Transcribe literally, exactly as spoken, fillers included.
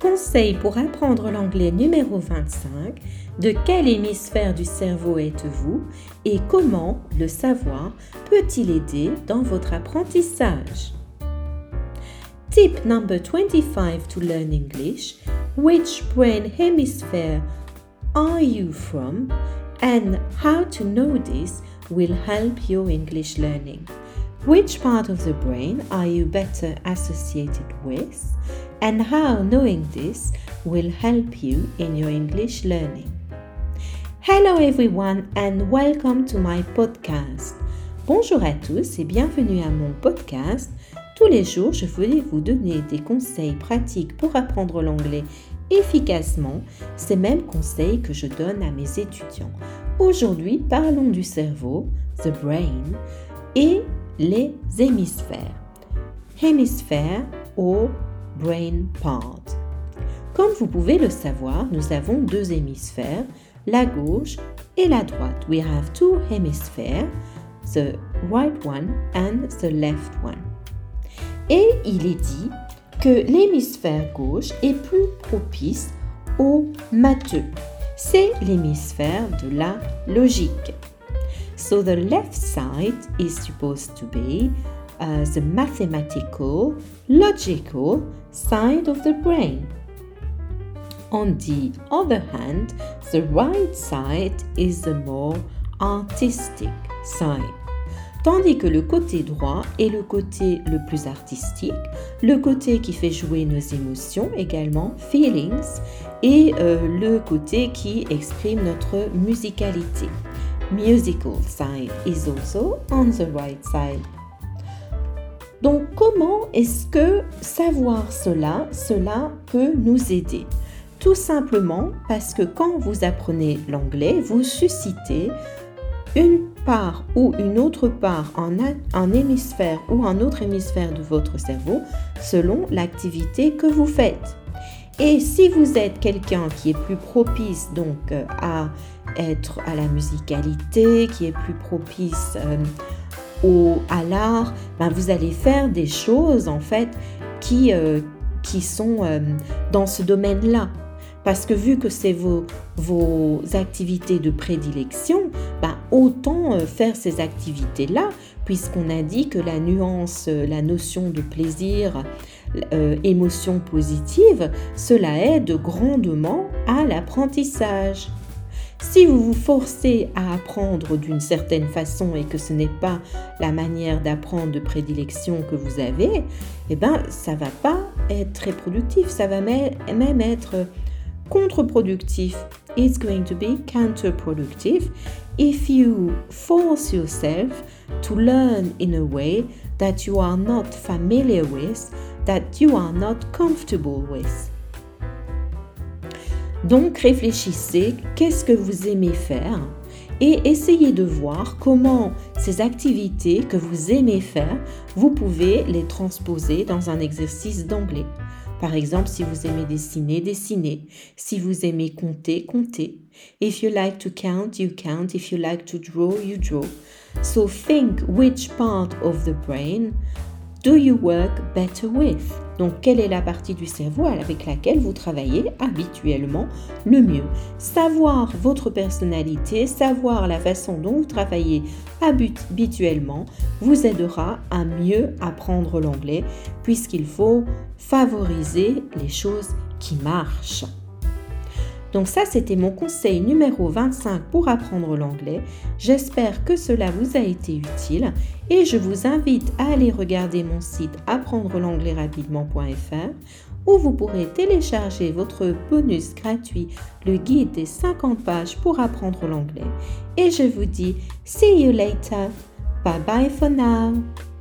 Conseil pour apprendre l'anglais numéro vingt-cinq. De quel hémisphère du cerveau êtes-vous et comment le savoir peut-il aider dans votre apprentissage? Tip number twenty-five to learn English. Which brain hemisphere are you from? And how to know this will help your English learning. Which part of the brain are you better associated with? And how knowing this will help you in your English learning. Hello everyone and welcome to my podcast. Bonjour à tous et bienvenue à mon podcast. Tous les jours, je voulais vous donner des conseils pratiques pour apprendre l'anglais efficacement, ces mêmes conseils que je donne à mes étudiants. Aujourd'hui, parlons du cerveau, the brain, et les hémisphères. Hémisphère ou brain part. Comme vous pouvez le savoir, nous avons deux hémisphères, la gauche et la droite. We have two hemispheres, the right one and the left one. Et il est dit que l'hémisphère gauche est plus propice aux matheux. C'est l'hémisphère de la logique. So the left side is supposed to be uh, the mathematical, logical side of the brain. On the other hand, the right side is the more artistic side. Tandis que le côté droit est le côté le plus artistique, le côté qui fait jouer nos émotions également, feelings, et euh, le côté qui exprime notre musicalité. Musical side is also on the right side. Donc comment est-ce que savoir cela, cela peut nous aider? Tout simplement parce que quand vous apprenez l'anglais, vous suscitez une part ou une autre part en un hémisphère ou un autre hémisphère de votre cerveau selon l'activité que vous faites. Et si vous êtes quelqu'un qui est plus propice donc à être à la musicalité, qui est plus propice euh, au, à l'art, ben vous allez faire des choses en fait qui, euh, qui sont euh, dans ce domaine-là. Parce que vu que c'est vos, vos activités de prédilection, ben autant euh, faire ces activités-là, puisqu'on a dit que la nuance, la notion de plaisir, euh, émotion positive, cela aide grandement à l'apprentissage. Si vous vous forcez à apprendre d'une certaine façon et que ce n'est pas la manière d'apprendre de prédilection que vous avez, eh ben, ça ne va pas être très productif, ça va même être contre-productif. It's going to be counterproductive if you force yourself to learn in a way that you are not familiar with, that you are not comfortable with. Donc réfléchissez, qu'est-ce que vous aimez faire et essayez de voir comment ces activités que vous aimez faire, vous pouvez les transposer dans un exercice d'anglais. Par exemple, si vous aimez dessiner, dessinez. Si vous aimez compter, comptez. If you like to count, you count. If you like to draw, you draw. So think which part of the brain do you work better with? Donc, quelle est la partie du cerveau avec laquelle vous travaillez habituellement le mieux? Savoir votre personnalité, savoir la façon dont vous travaillez habituellement vous aidera à mieux apprendre l'anglais puisqu'il faut favoriser les choses qui marchent. Donc ça, c'était mon conseil numéro vingt-cinq pour apprendre l'anglais. J'espère que cela vous a été utile et je vous invite à aller regarder mon site apprendre l'anglais rapidement point f r où vous pourrez télécharger votre bonus gratuit, le guide des cinquante pages pour apprendre l'anglais. Et je vous dis, see you later. Bye bye for now.